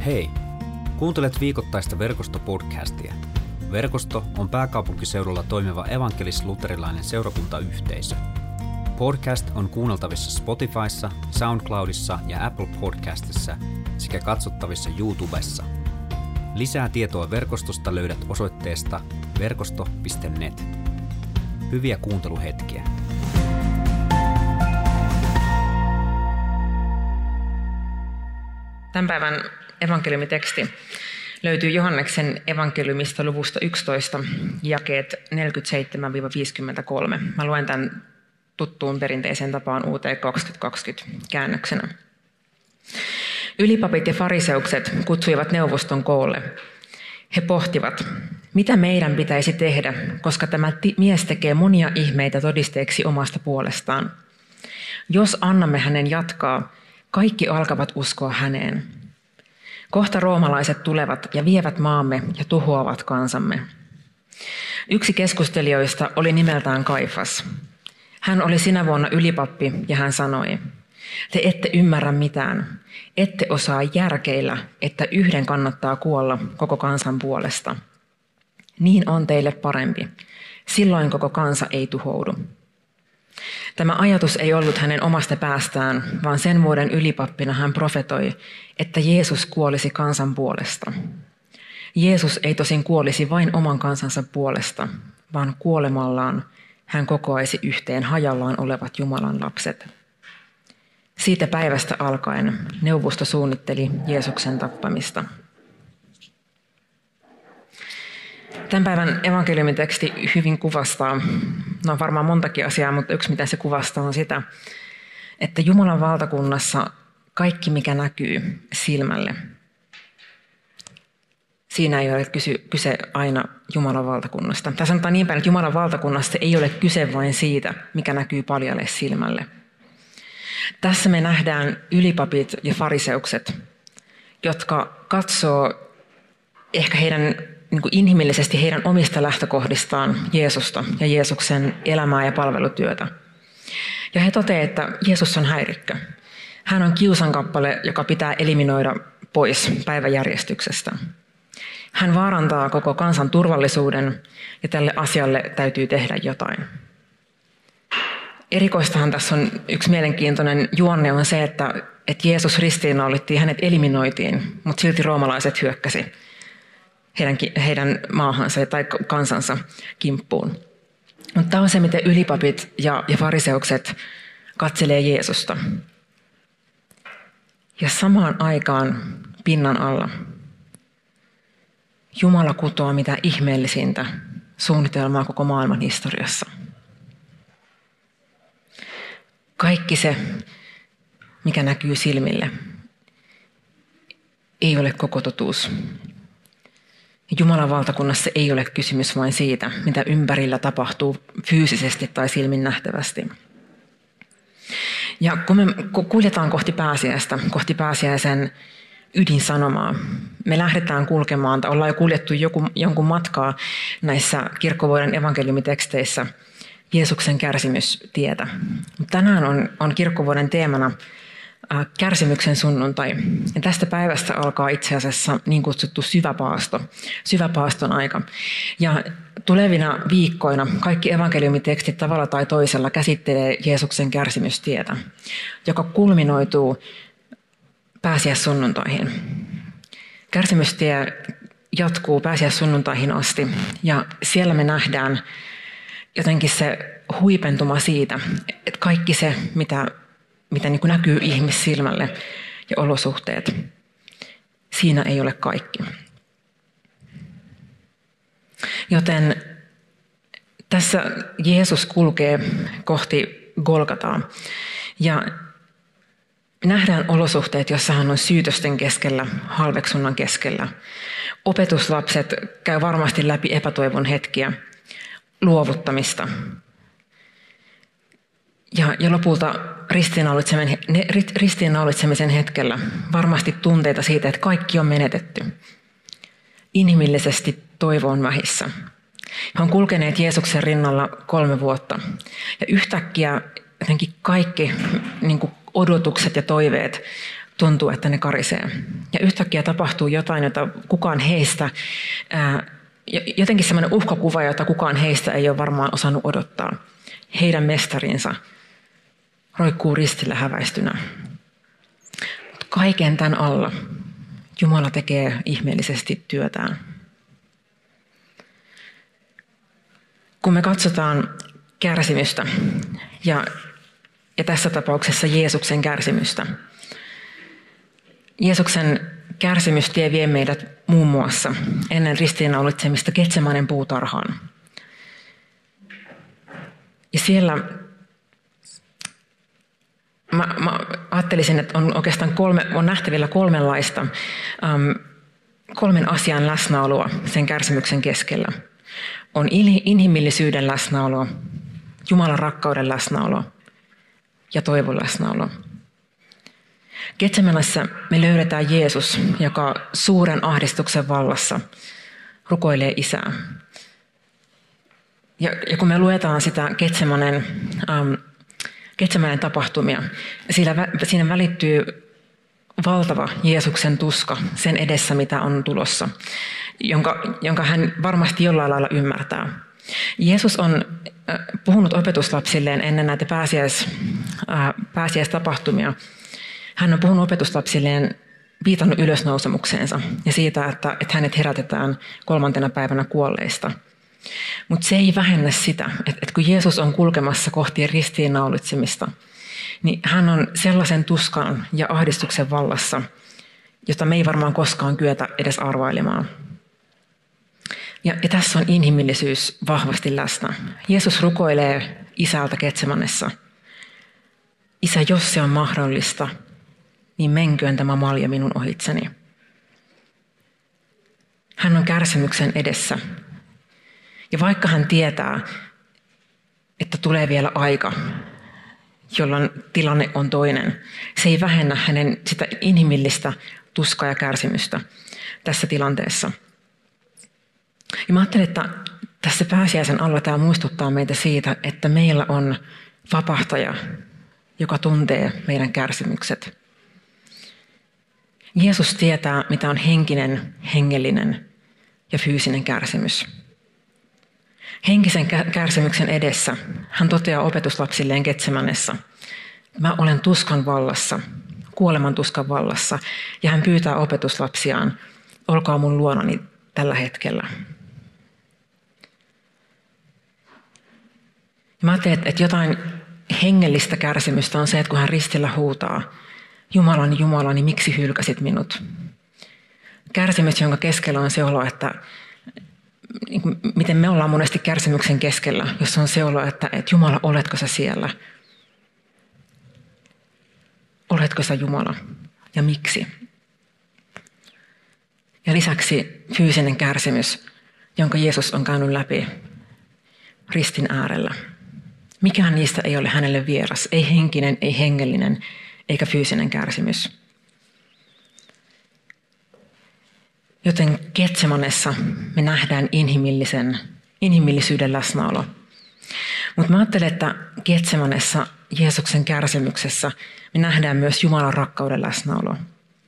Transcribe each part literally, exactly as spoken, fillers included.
Hei! Kuuntelet viikoittaista Verkosto-podcastia. Verkosto on pääkaupunkiseudulla toimiva evankelis-luterilainen seurakuntayhteisö. Podcast on kuunneltavissa Spotifyssa, SoundCloudissa ja Apple Podcastissa sekä katsottavissa YouTubessa. Lisää tietoa verkostosta löydät osoitteesta verkosto piste net. Hyviä kuunteluhetkiä. Tämän päivän evankeliumiteksti löytyy Johanneksen evankeliumista luvusta yksitoista, jakeet neljäkymmentäseitsemän viisikymmentäkolme. Mä luen tämän tuttuun perinteiseen tapaan U T kaksituhattakaksikymmentä käännöksenä. Ylipapit ja fariseukset kutsuivat neuvoston koolle. He pohtivat, mitä meidän pitäisi tehdä, koska tämä mies tekee monia ihmeitä todisteeksi omasta puolestaan. Jos annamme hänen jatkaa, kaikki alkavat uskoa häneen. Kohta roomalaiset tulevat ja vievät maamme ja tuhoavat kansamme. Yksi keskustelijoista oli nimeltään Kaifas. Hän oli sinä vuonna ylipappi ja hän sanoi, te ette ymmärrä mitään, ette osaa järkeillä, että yhden kannattaa kuolla koko kansan puolesta. Niin on teille parempi, silloin koko kansa ei tuhoudu. Tämä ajatus ei ollut hänen omasta päästään, vaan sen vuoden ylipappina hän profetoi, että Jeesus kuolisi kansan puolesta. Jeesus ei tosin kuolisi vain oman kansansa puolesta, vaan kuolemallaan hän kokoaisi yhteen hajallaan olevat Jumalan lapset. Siitä päivästä alkaen neuvosto suunnitteli Jeesuksen tappamista. Tämän päivän evankeliumiteksti hyvin kuvastaa, no varmaan montakin asiaa, mutta yksi mitä se kuvastaa on sitä, että Jumalan valtakunnassa kaikki mikä näkyy silmälle, siinä ei ole kyse aina Jumalan valtakunnasta. Tässä sanotaan niin päin, että Jumalan valtakunnassa ei ole kyse vain siitä, mikä näkyy paljalle silmälle. Tässä me nähdään ylipapit ja fariseukset, jotka katsoo ehkä heidän niin kuin inhimillisesti heidän omista lähtökohdistaan Jeesusta ja Jeesuksen elämää ja palvelutyötä. Ja he toteavat, että Jeesus on häirikkö. Hän on kiusankappale, joka pitää eliminoida pois päiväjärjestyksestä. Hän vaarantaa koko kansan turvallisuuden ja tälle asialle täytyy tehdä jotain. Erikoistahan tässä on yksi mielenkiintoinen juonne on se, että, että Jeesus ristiinnaulittiin, hänet eliminoitiin, mutta silti roomalaiset hyökkäsi heidän, heidän maahansa tai kansansa kimppuun. Mutta tämä on se, miten ylipapit ja, ja fariseukset katselee Jeesusta. Ja samaan aikaan pinnan alla Jumala kutoaa mitä ihmeellisintä suunnitelmaa koko maailman historiassa. Kaikki se, mikä näkyy silmille, ei ole koko totuus. Jumalan valtakunnassa ei ole kysymys vain siitä, mitä ympärillä tapahtuu fyysisesti tai silmin nähtävästi. Ja kun me kuljetaan kohti pääsiäistä, kohti pääsiäisen ydinsanomaa, me lähdetään kulkemaan, tai ollaan jo kuljettu joku, jonkun matkaa näissä kirkkovuoden evankeliumiteksteissä Jeesuksen kärsimystietä. Tänään on, on kirkkovuoden teemana äh, kärsimyksen sunnuntai. Ja tästä päivästä alkaa itse asiassa niin kutsuttu syväpaasto, syväpaaston aika. Ja tulevina viikkoina kaikki evankeliumitekstit tavalla tai toisella käsittelee Jeesuksen kärsimystietä, joka kulminoituu pääsiäissunnuntaihin. Kärsimystie jatkuu pääsiäissunnuntaihin asti ja siellä me nähdään jotenkin se huipentuma siitä, että kaikki se, mitä, mitä niin kuin näkyy ihmissilmälle ja olosuhteet, siinä ei ole kaikki. Joten tässä Jeesus kulkee kohti Golgataa ja nähdään olosuhteet, joissa hän on syytösten keskellä, halveksunnan keskellä. Opetuslapset käy varmasti läpi epätoivon hetkiä, luovuttamista. Ja, ja lopulta ristiinnaulitsemisen hetkellä varmasti tunteita siitä, että kaikki on menetetty. Inhimillisesti toivo on vähissä. He on kulkeneet Jeesuksen rinnalla kolme vuotta. Ja yhtäkkiä jotenkin kaikki niin kuin odotukset ja toiveet tuntuu, että ne karisee. Ja yhtäkkiä tapahtuu jotain, jota kukaan heistä, ää, jotenkin sellainen uhkakuva, jota kukaan heistä ei ole varmaan osannut odottaa. Heidän mestarinsa roikkuu ristillä häväistynä. Mutta kaiken tämän alla Jumala tekee ihmeellisesti työtään. Kun me katsotaan kärsimystä ja, ja tässä tapauksessa Jeesuksen kärsimystä. Jeesuksen kärsimystie vie meidät muun muassa ennen ristiinnaulitsemista Getsemanen puutarhaan. Ja siellä mä, mä ajattelisin, että on oikeastaan kolme, on nähtävillä kolmenlaista, ähm, kolmen asian läsnäoloa sen kärsimyksen keskellä. On inhimillisyyden läsnäolo, Jumalan rakkauden läsnäolo ja toivon läsnäolo. Getsemanessa me löydetään Jeesus, joka suuren ahdistuksen vallassa rukoilee Isää. Ja, ja kun me luetaan sitä Getsemanen, ähm, Getsemanen tapahtumia, siinä, siinä välittyy valtava Jeesuksen tuska sen edessä, mitä on tulossa, jonka, jonka hän varmasti jollain lailla ymmärtää. Jeesus on puhunut opetuslapsilleen ennen näitä pääsiäis, äh, pääsiäistapahtumia. Hän on puhunut opetuslapsilleen, viitannut ylösnousemukseensa ja siitä, että, että hänet herätetään kolmantena päivänä kuolleista. Mutta se ei vähennä sitä, että, että kun Jeesus on kulkemassa kohti ristiinnaulitsemista, niin hän on sellaisen tuskan ja ahdistuksen vallassa, jota me ei varmaan koskaan kyetä edes arvailemaan. Ja, ja tässä on inhimillisyys vahvasti läsnä. Jeesus rukoilee Isältä Getsemanessa. Isä, jos se on mahdollista, niin menköön tämä malja minun ohitseni. Hän on kärsimyksen edessä. Ja vaikka hän tietää, että tulee vielä aika, jolloin tilanne on toinen, se ei vähennä hänen sitä inhimillistä tuskaa ja kärsimystä tässä tilanteessa. Ja mä ajattelen, että tässä pääsiäisen alla tämä muistuttaa meitä siitä, että meillä on vapahtaja, joka tuntee meidän kärsimykset. Jeesus tietää, mitä on henkinen, hengellinen ja fyysinen kärsimys. Henkisen kärsimyksen edessä hän toteaa opetuslapsilleen Getsemanessa: mä olen tuskan vallassa, kuoleman tuskan vallassa, ja hän pyytää opetuslapsiaan: olkaa mun luonani tällä hetkellä. Ja mä ajattelen, että jotain hengellistä kärsimystä on se, että kun hän ristillä huutaa: Jumalani, Jumalani, miksi hylkäsit minut? Kärsimys, jonka keskellä on se olo, että miten me ollaan monesti kärsimyksen keskellä, jos on se olo, että, että Jumala, oletko sä siellä? Oletko sä Jumala? Ja miksi? Ja lisäksi fyysinen kärsimys, jonka Jeesus on käynyt läpi ristin äärellä. Mikään niistä ei ole hänelle vieras, ei henkinen, ei hengellinen, eikä fyysinen kärsimys. Joten Getsemanessa me nähdään inhimillisen, inhimillisyyden läsnäolo. Mutta mä ajattelen, että Getsemanessa, Jeesuksen kärsimyksessä, me nähdään myös Jumalan rakkauden läsnäolo.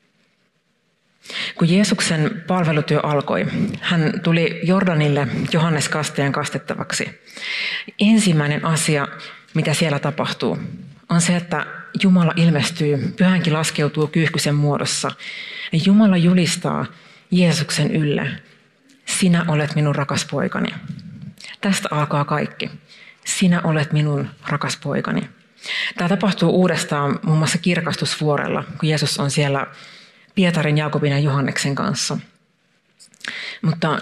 Kun Jeesuksen palvelutyö alkoi, hän tuli Jordanille Johannes Kasteen kastettavaksi. Ensimmäinen asia, mitä siellä tapahtuu, on se, että Jumala ilmestyy, pyhänkin laskeutuu kyyhkysen muodossa. Ja Jumala julistaa Jeesuksen ylle: sinä olet minun rakas poikani. Tästä alkaa kaikki. Sinä olet minun rakas poikani. Tämä tapahtuu uudestaan muun muassa kirkastusvuorella, kun Jeesus on siellä Pietarin, Jaakobin ja Johanneksen kanssa. Mutta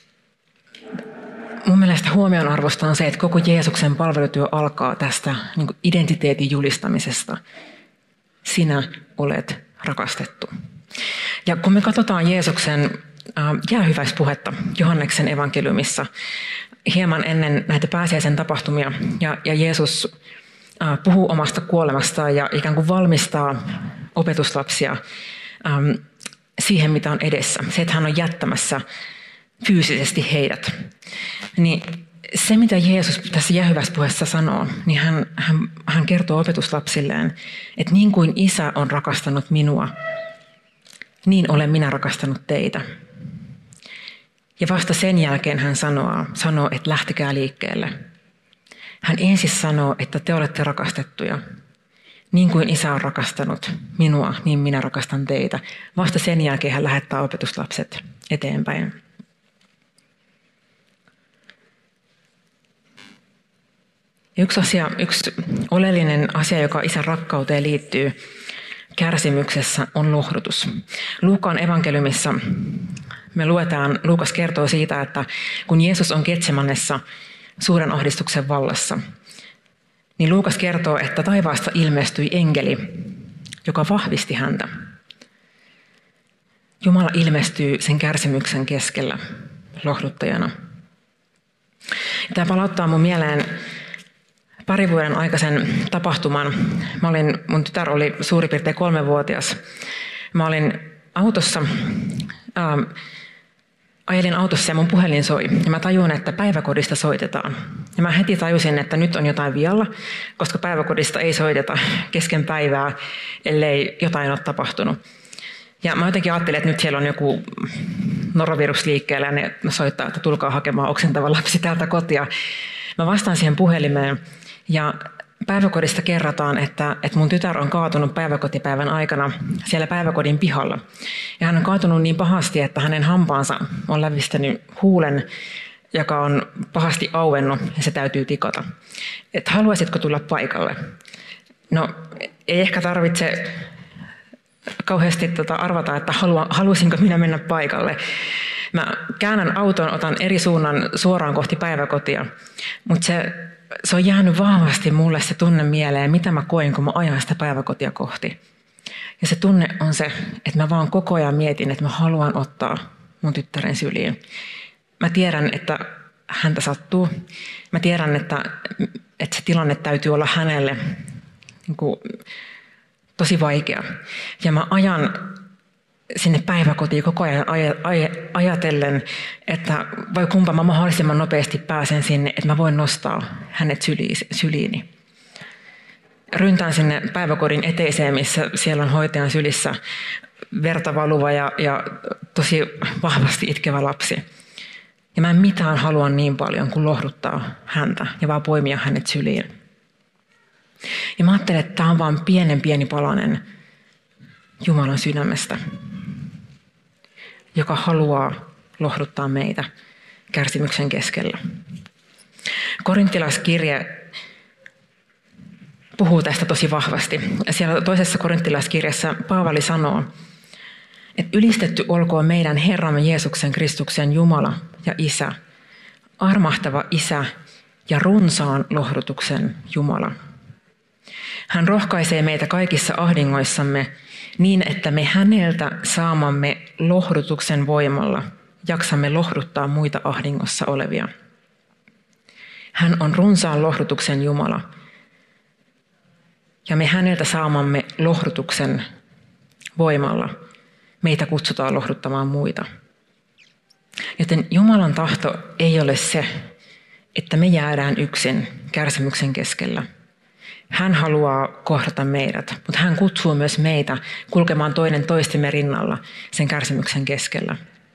mun mielestä huomionarvoista on se, että koko Jeesuksen palvelutyö alkaa tästä niin kuin identiteetin julistamisesta. Sinä olet rakastettu. Ja kun me katsotaan Jeesuksen jäähyväispuhetta Johanneksen evankeliumissa hieman ennen näitä pääsiäisen tapahtumia, ja, ja Jeesus puhuu omasta kuolemastaan ja ikään kuin valmistaa opetuslapsia äm, siihen, mitä on edessä. Se, että hän on jättämässä fyysisesti heidät. Niin se, mitä Jeesus tässä jäähyvässä puheessa sanoo, niin hän, hän, hän kertoo opetuslapsilleen, että niin kuin Isä on rakastanut minua, niin olen minä rakastanut teitä. Ja vasta sen jälkeen hän sanoo, sanoo, että lähtekää liikkeelle. Hän ensin sanoo, että te olette rakastettuja. Niin kuin Isä on rakastanut minua, niin minä rakastan teitä. Vasta sen jälkeen hän lähettää opetuslapset eteenpäin. Yksi asia, yksi oleellinen asia, joka Isän rakkauteen liittyy kärsimyksessä, on lohdutus. Luukaan evankeliumissa me luetaan, Luukas kertoo siitä, että kun Jeesus on Getsemanessa suuren ahdistuksen vallassa, niin Luukas kertoo, että taivaasta ilmestyi enkeli, joka vahvisti häntä. Jumala ilmestyy sen kärsimyksen keskellä lohduttajana. Tämä palauttaa mun mieleen pari vuoden aikaisen tapahtuman. Mä olin, mun tytär oli suurin piirtein kolmevuotias. Mä olin autossa, ähm, ajelin autossa ja mun puhelin soi. Ja mä tajuin, että päiväkodista soitetaan. Ja mä heti tajusin, että nyt on jotain vialla, koska päiväkodista ei soiteta kesken päivää, ellei jotain ole tapahtunut. Ja mä jotenkin ajattelin, että nyt siellä on joku norovirus liikkeellä ja ne soittaa, että tulkaa hakemaan oksentava lapsi täältä kotia. Mä vastaan siihen puhelimeen ja päiväkodista kerrotaan, että, että mun tytär on kaatunut päiväkotipäivän aikana siellä päiväkodin pihalla. Ja hän on kaatunut niin pahasti, että hänen hampaansa on lävistänyt huulen, joka on pahasti auennut ja se täytyy tikata. Että haluaisitko tulla paikalle? No ei ehkä tarvitse kauheasti tota arvata, että halua, haluaisinko minä mennä paikalle. Mä käännän auton, otan eri suunnan suoraan kohti päiväkotia, mutta se, se on jäänyt vahvasti mulle se tunne mieleen, mitä mä koin, kun mä ajan sitä päiväkotia kohti. Ja se tunne on se, että mä vaan koko ajan mietin, että mä haluan ottaa mun tyttären syliin. Mä tiedän, että häntä sattuu. Mä tiedän, että, että se tilanne täytyy olla hänelle niin kuin, tosi vaikea. Ja mä ajan sinne päiväkotiin koko ajan ajatellen, että vai kumpa mä mahdollisimman nopeasti pääsen sinne, että mä voin nostaa hänet syliini. Ryntään sinne päiväkodin eteiseen, missä siellä on hoitajan sylissä verta valuva ja, ja tosi vahvasti itkevä lapsi. Ja mä en mitään halua niin paljon kuin lohduttaa häntä ja vaan poimia hänet syliin. Ja mä ajattelen, että tämä on vaan pienen pieni palanen Jumalan sydämestä, joka haluaa lohduttaa meitä kärsimyksen keskellä. Korintilaiskirje puhuu tästä tosi vahvasti. Siellä toisessa korintilaiskirjassa Paavali sanoo, että ylistetty olkoon meidän Herramme Jeesuksen Kristuksen Jumala ja Isä, armahtava Isä ja runsaan lohdutuksen Jumala. Hän rohkaisee meitä kaikissa ahdingoissamme niin, että me häneltä saamamme lohdutuksen voimalla jaksamme lohduttaa muita ahdingossa olevia. Hän on runsaan lohdutuksen Jumala ja me häneltä saamamme lohdutuksen voimalla meitä kutsutaan lohduttamaan muita. Joten Jumalan tahto ei ole se, että me jäädään yksin kärsimyksen keskellä. Hän haluaa kohdata meidät, mutta hän kutsuu myös meitä kulkemaan toinen toistemme rinnalla sen kärsimyksen keskellä.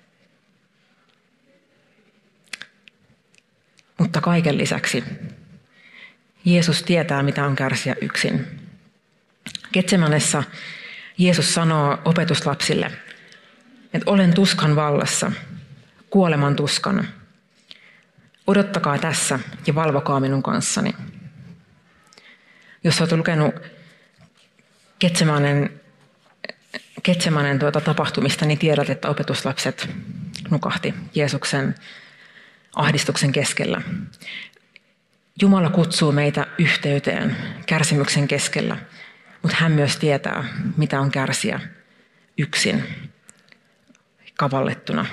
Mutta kaiken lisäksi Jeesus tietää, mitä on kärsiä yksin. Getsemanessa Jeesus sanoo opetuslapsille, että olen tuskan vallassa, kuoleman tuskan. Odottakaa tässä ja valvokaa minun kanssani. Jos olet lukenut Getsemanen, Getsemanen tuota tapahtumista, niin tiedät, että opetuslapset nukahti Jeesuksen ahdistuksen keskellä. Jumala kutsuu meitä yhteyteen kärsimyksen keskellä, mutta hän myös tietää, mitä on kärsiä yksin, kavallettuna.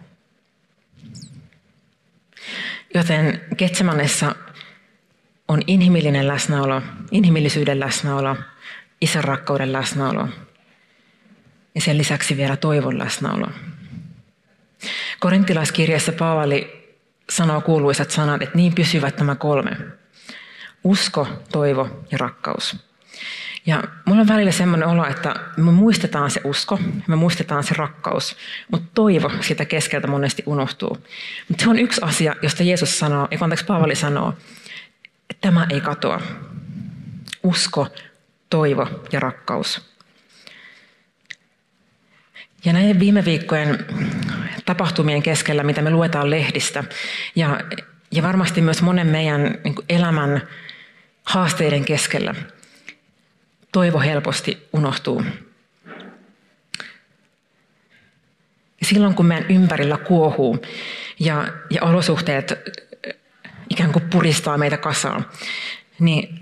Joten Getsemanessa on inhimillinen läsnäolo, inhimillisyyden läsnäolo, Isän rakkauden läsnäolo ja sen lisäksi vielä toivon läsnäolo. Korintilaiskirjassa Paavali sanoo kuuluisat sanat, että niin pysyvät nämä kolme. Usko, toivo ja rakkaus. Ja mulla on välillä semmoinen olo, että me muistetaan se usko, me muistetaan se rakkaus, mutta toivo sitä keskeltä monesti unohtuu. Mutta se on yksi asia, josta Jeesus sanoo, ja anteeksi Paavali sanoo, että tämä ei katoa. Usko, toivo ja rakkaus. Ja näiden viime viikkojen tapahtumien keskellä, mitä me luetaan lehdistä, ja, ja varmasti myös monen meidän niin kuin elämän haasteiden keskellä, toivo helposti unohtuu. Ja silloin kun meidän ympärillä kuohuu ja, ja olosuhteet ikään kuin puristaa meitä kasaan, niin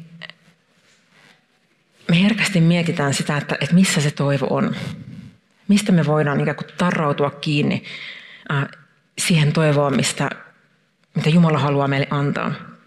me herkästi mietitään sitä, että, että missä se toivo on. Mistä me voidaan ikään kuin tarrautua kiinni äh, siihen toivoon, mistä, mitä Jumala haluaa meille antaa.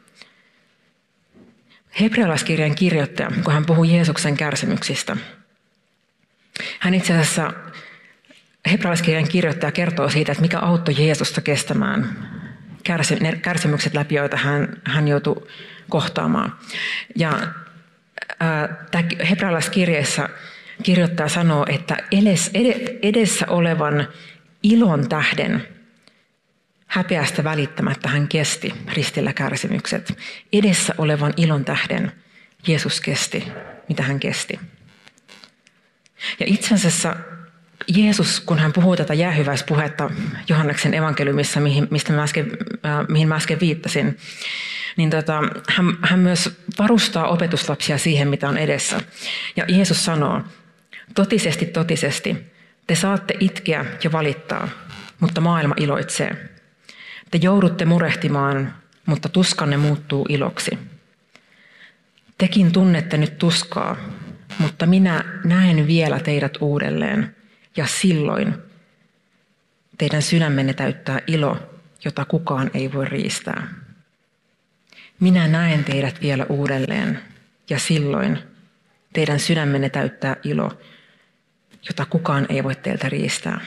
Hebrealaiskirjan kirjoittaja, kun hän puhuu Jeesuksen kärsimyksistä, hän itse asiassa, hebrealaiskirjan kirjoittaja kertoo siitä, että mikä auttoi Jeesusta kestämään ne kärsimykset läpi, joita hän, hän joutui kohtaamaan. Ja äh, hebrealaiskirjeessä kirjoittaja sanoo, että edes, edessä olevan ilon tähden häpeästä välittämättä hän kesti ristillä kärsimykset. Edessä olevan ilon tähden Jeesus kesti, mitä hän kesti. Ja itse asiassa Jeesus, kun hän puhuu tätä jäähyväispuhetta Johanneksen evankeliumissa, mihin, mistä mä äsken, äh, mihin mä äsken viittasin, niin tota, hän, hän myös varustaa opetuslapsia siihen, mitä on edessä. Ja Jeesus sanoo, totisesti, totisesti, te saatte itkeä ja valittaa, mutta maailma iloitsee. Te joudutte murehtimaan, mutta tuskanne muuttuu iloksi. Tekin tunnette nyt tuskaa, mutta minä näen vielä teidät uudelleen, ja silloin teidän sydämenne täyttää ilo, jota kukaan ei voi riistää. Minä näen teidät vielä uudelleen, ja silloin teidän sydämenne täyttää ilo, jota kukaan ei voi teiltä riistää.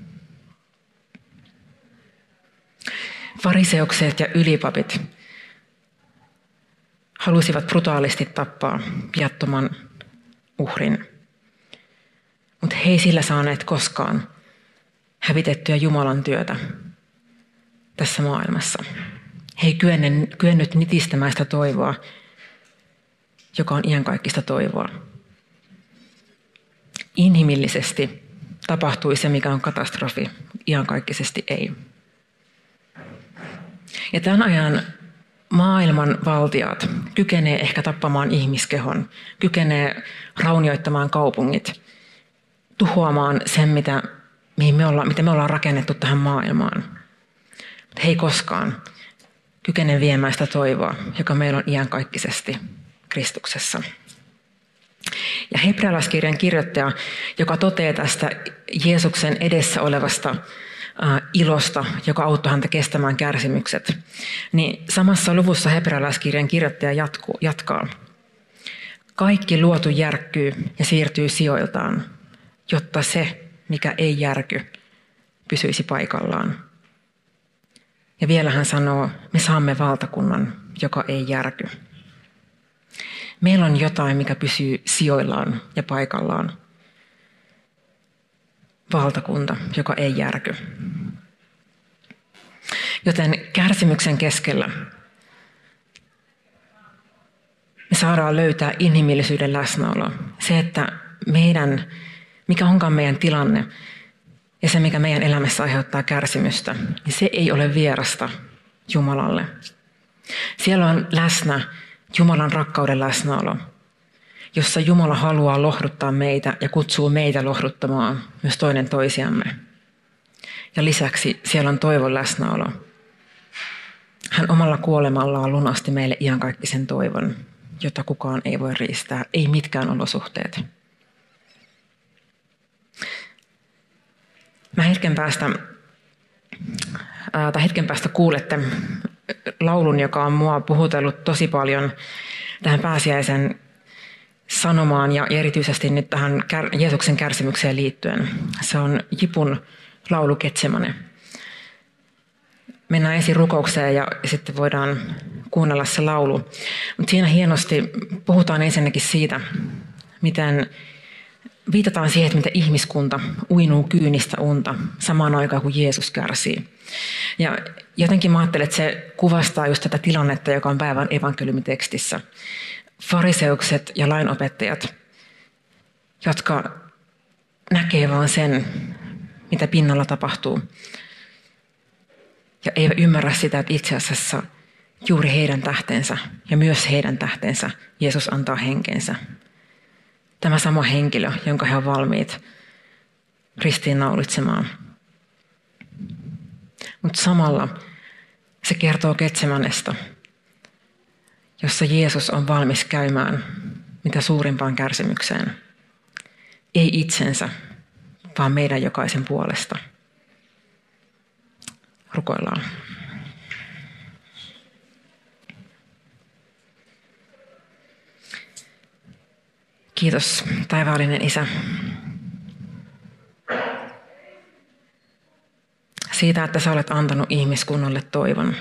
Fariseukset ja ylipapit halusivat brutaalisti tappaa viattoman uhrin, mutta he ei sillä saaneet koskaan hävitettyä Jumalan työtä tässä maailmassa. He ei kyennyt nitistämään sitä toivoa, joka on iankaikkista toivoa. Inhimillisesti tapahtui se, mikä on katastrofi, iankaikkisesti ei. Ja tämän ajan maailman valtiat kykenee ehkä tappamaan ihmiskehon, kykenee raunioittamaan kaupungit, tuhoamaan sen, mitä, mihin me ollaan, mitä me ollaan rakennettu tähän maailmaan. Mutta he ei koskaan kykene viemään sitä toivoa, joka meillä on iankaikkisesti Kristuksessa. Ja hebrealaiskirjan kirjoittaja, joka toteaa tästä Jeesuksen edessä olevasta ilosta, joka auttoi häntä kestämään kärsimykset, niin samassa luvussa hebrealaiskirjan kirjoittaja jatkuu, jatkaa. Kaikki luotu järkkyy ja siirtyy sijoiltaan, jotta se, mikä ei järky, pysyisi paikallaan. Ja vielä hän sanoo, me saamme valtakunnan, joka ei järky. Meillä on jotain, mikä pysyy sijoillaan ja paikallaan. Valtakunta, joka ei järky. Joten kärsimyksen keskellä me saadaan löytää inhimillisyyden läsnäolo. Se, että meidän, mikä onkaan meidän tilanne ja se, mikä meidän elämässä aiheuttaa kärsimystä, niin se ei ole vierasta Jumalalle. Siellä on läsnä Jumalan rakkauden läsnäolo, jossa Jumala haluaa lohduttaa meitä ja kutsuu meitä lohduttamaan myös toinen toisiamme. Ja lisäksi siellä on toivon läsnäolo. Hän omalla kuolemallaan lunasti meille iankaikkisen toivon, jota kukaan ei voi riistää, ei mitkään olosuhteet. Mä hetken päästä, ää, tai hetken päästä kuulette laulun, joka on mua puhutellut tosi paljon tähän pääsiäisen sanomaan ja erityisesti nyt tähän Jeesuksen kärsimykseen liittyen. Se on Jipun laulu Getsemane. mennään ensin rukoukseen ja sitten voidaan kuunnella se laulu. Mutta siinä hienosti puhutaan ensinnäkin siitä, miten viitataan siihen, että miten ihmiskunta uinuu kyynistä unta samaan aikaan kuin Jeesus kärsii. Ja jotenkin mä ajattelen, että se kuvastaa just tätä tilannetta, joka on päivän evankeliumitekstissä. Fariseukset ja lainopettajat, jotka näkee vaan sen, mitä pinnalla tapahtuu. Ja ei ymmärrä sitä, että itse asiassa juuri heidän tähtensä ja myös heidän tähtensä Jeesus antaa henkensä. Tämä sama henkilö, jonka he ovat valmiit ristiinnaulitsemaan. Mutta samalla se kertoo Getsemanesta, jossa Jeesus on valmis käymään mitä suurimpaan kärsimykseen. Ei itsensä, vaan meidän jokaisen puolesta. Rukoillaan. Kiitos, taivaallinen Isä, siitä, että sä olet antanut ihmiskunnalle toivon.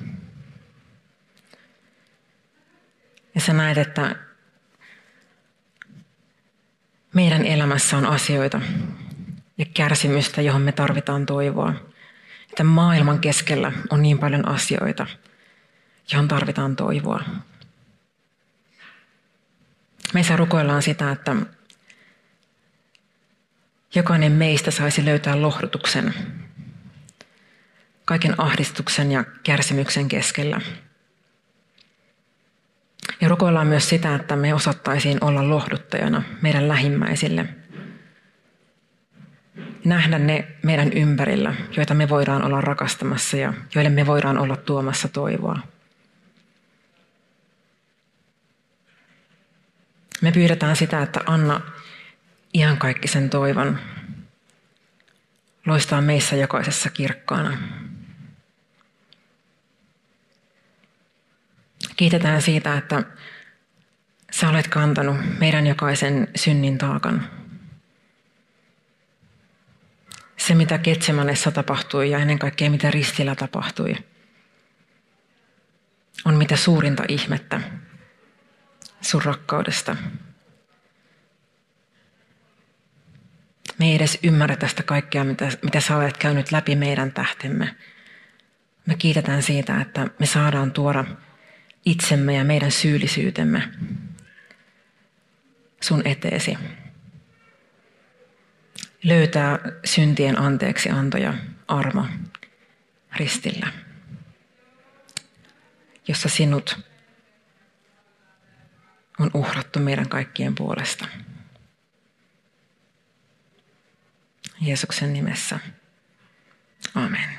Ja sä näet, että meidän elämässä on asioita ja kärsimystä, johon me tarvitaan toivoa. Että maailman keskellä on niin paljon asioita, johon tarvitaan toivoa. Meissä rukoillaan sitä, että jokainen meistä saisi löytää lohdutuksen kaiken ahdistuksen ja kärsimyksen keskellä. Ja rukoillaan myös sitä, että me osattaisiin olla lohduttajana meidän lähimmäisille. Nähdä ne meidän ympärillä, joita me voidaan olla rakastamassa ja joille me voidaan olla tuomassa toivoa. Me pyydetään sitä, että anna iankaikkisen toivon loistaa meissä jokaisessa kirkkaana. Kiitetään siitä, että sä olet kantanut meidän jokaisen synnin taakan. Se, mitä Getsemanessa tapahtui ja ennen kaikkea mitä ristillä tapahtui, on mitä suurinta ihmettä sun rakkaudesta. Me ei edes ymmärrä tästä kaikkea, mitä, mitä sä olet käynyt läpi meidän tähtemme. Me kiitetään siitä, että me saadaan tuoda itsemme ja meidän syyllisyytemme sun eteesi. Löytää syntien anteeksi anto ja armo ristillä, jossa sinut on uhrattu meidän kaikkien puolesta. Jeesuksen nimessä. Amen.